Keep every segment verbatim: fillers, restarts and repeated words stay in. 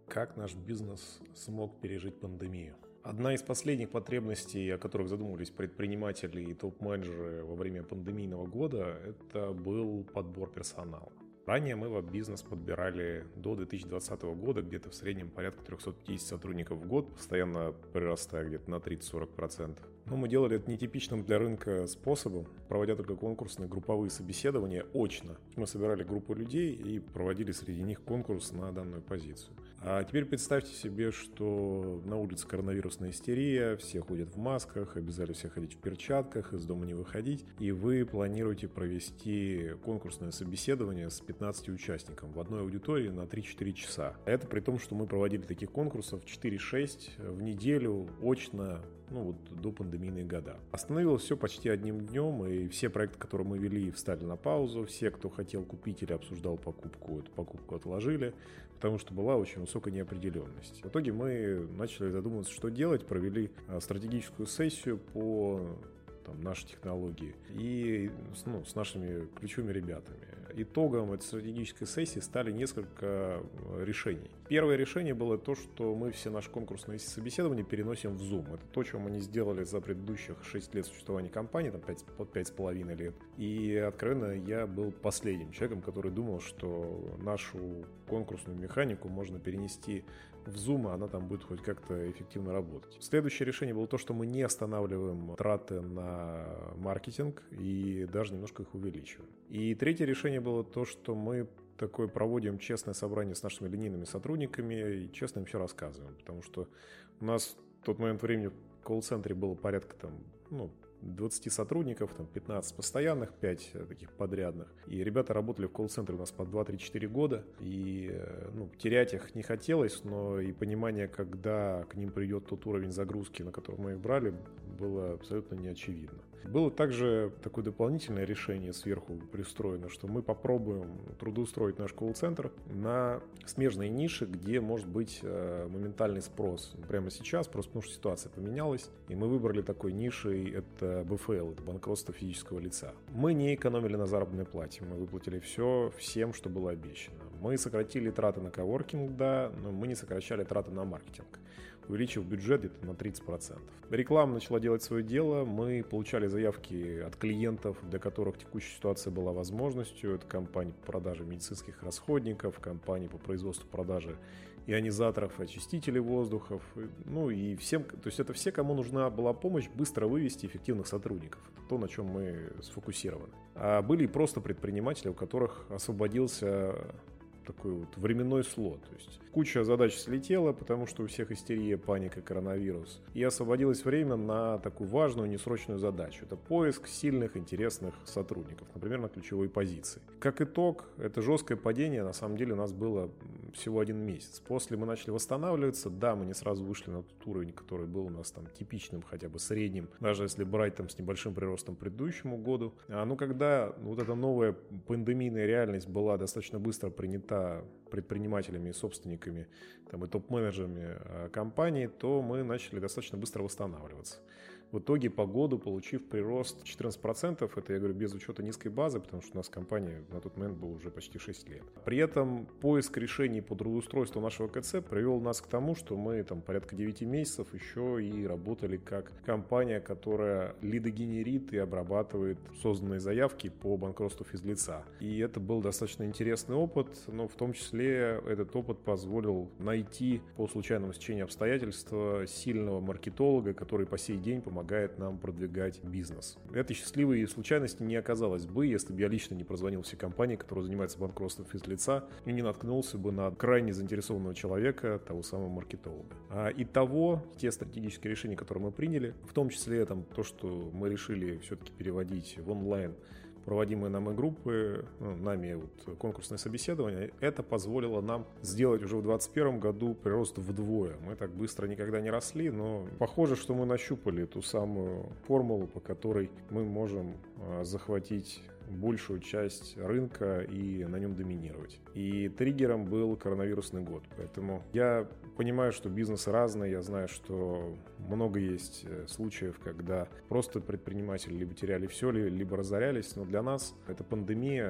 Как наш бизнес смог пережить пандемию? Одна из последних потребностей, о которых задумывались предприниматели и топ-менеджеры во время пандемийного года, это был подбор персонала. Ранее мы веб-бизнес подбирали до две тысячи двадцатого года где-то в среднем порядка триста пятьдесят сотрудников в год, постоянно прирастая где-то на тридцать-сорок процентов. Но мы делали это нетипичным для рынка способом, проводя только конкурсные групповые собеседования очно. Мы собирали группу людей и проводили среди них конкурс на данную позицию. А теперь представьте себе, что на улице коронавирусная истерия, все ходят в масках, обязали всех ходить в перчатках, из дома не выходить, и вы планируете провести конкурсное собеседование с пятнадцатью участниками в одной аудитории на три-четыре часа. Это при том, что мы проводили таких конкурсов четыре-шесть в неделю очно, ну вот до пандемийные года. Остановилось все почти одним днем, и все проекты, которые мы вели, встали на паузу. Все, кто хотел купить или обсуждал покупку, эту покупку отложили, потому что была очень высокая неопределенность. В итоге мы начали задумываться, что делать, провели стратегическую сессию по там, нашей технологии и ну, с нашими ключевыми ребятами. Итогом этой стратегической сессии стали несколько решений. Первое решение было то, что мы все наши конкурсные собеседования переносим в Zoom. Это то, что мы не сделали за предыдущих шесть лет существования компании, там пять, под пять с половиной лет. И, откровенно, я был последним человеком, который думал, что нашу конкурсную механику можно перенести в Zoom, а она там будет хоть как-то эффективно работать. Следующее решение было то, что мы не останавливаем траты на маркетинг и даже немножко их увеличиваем. И третье решение было то, что мы такое проводим честное собрание с нашими линейными сотрудниками и честно им все рассказываем, потому что у нас в тот момент времени в колл-центре было порядка там, ну, двадцать сотрудников, там пятнадцать постоянных, пять таких подрядных. И ребята работали в колл-центре у нас по два-три-четыре года. И ну, терять их не хотелось, но и понимание, когда к ним придет тот уровень загрузки, на котором мы их брали, было абсолютно неочевидно. Было также такое дополнительное решение сверху пристроено, что мы попробуем трудоустроить наш колл-центр на смежные ниши, где может быть моментальный спрос. Прямо сейчас, просто потому что ситуация поменялась, и мы выбрали такой нишей, это бэ эф эл, это банкротство физического лица. Мы не экономили на заработной плате, мы выплатили все всем, что было обещано. Мы сократили траты на коворкинг, да, но мы не сокращали траты на маркетинг, увеличив бюджет где-то на тридцать процентов. Реклама начала делать свое дело, мы получали заявки от клиентов, для которых текущая ситуация была возможностью. Это компании по продаже медицинских расходников, компании по производству продажи ионизаторов, очистителей воздухов, ну и всем, то есть это все, кому нужна была помощь быстро вывести эффективных сотрудников, то, на чем мы сфокусированы. А были и просто предприниматели, у которых освободился такой вот временной слот. То есть куча задач слетела, потому что у всех истерия, паника, коронавирус. И освободилось время на такую важную, несрочную задачу. Это поиск сильных, интересных сотрудников, например, на ключевой позиции. Как итог, это жесткое падение на самом деле у нас было всего один месяц. После мы начали восстанавливаться. Да, мы не сразу вышли на тот уровень, который был у нас там типичным, хотя бы средним, даже если брать там с небольшим приростом к предыдущему году. А ну когда вот эта новая пандемийная реальность была достаточно быстро принята предпринимателями и собственниками там, и топ-менеджерами компании, то мы начали достаточно быстро восстанавливаться. В итоге по году, получив прирост четырнадцать процентов, это я говорю без учета низкой базы, потому что у нас компания на тот момент была уже почти шесть лет. При этом поиск решений по трудоустройству нашего КЦ привел нас к тому, что мы там порядка девять месяцев еще и работали как компания, которая лидогенерит и обрабатывает созданные заявки по банкротству физлица. И это был достаточно интересный опыт, но в том числе этот опыт позволил найти по случайному стечению обстоятельств сильного маркетолога, который по сей день помогает помогает нам продвигать бизнес. Этой счастливой случайности не оказалось бы, если бы я лично не прозвонил все компании, которые занимаются банкротством физлица, и не наткнулся бы на крайне заинтересованного человека, того самого маркетолога. А итого, те стратегические решения, которые мы приняли, в том числе там, то, что мы решили все-таки переводить в онлайн проводимые нами группы, ну, нами вот конкурсное собеседование, это позволило нам сделать уже в двадцать первом году прирост вдвое. Мы так быстро никогда не росли, но похоже, что мы нащупали ту самую формулу, по которой мы можем захватить большую часть рынка и на нем доминировать. И триггером был коронавирусный год. Поэтому я понимаю, что бизнесы разные, я знаю, что много есть случаев, когда просто предприниматели либо теряли все, либо разорялись, но для нас эта пандемия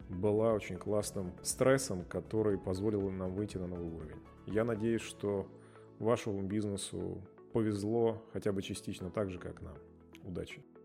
была очень классным стрессом, который позволил нам выйти на новый уровень. Я надеюсь, что вашему бизнесу повезло хотя бы частично так же, как нам. Удачи!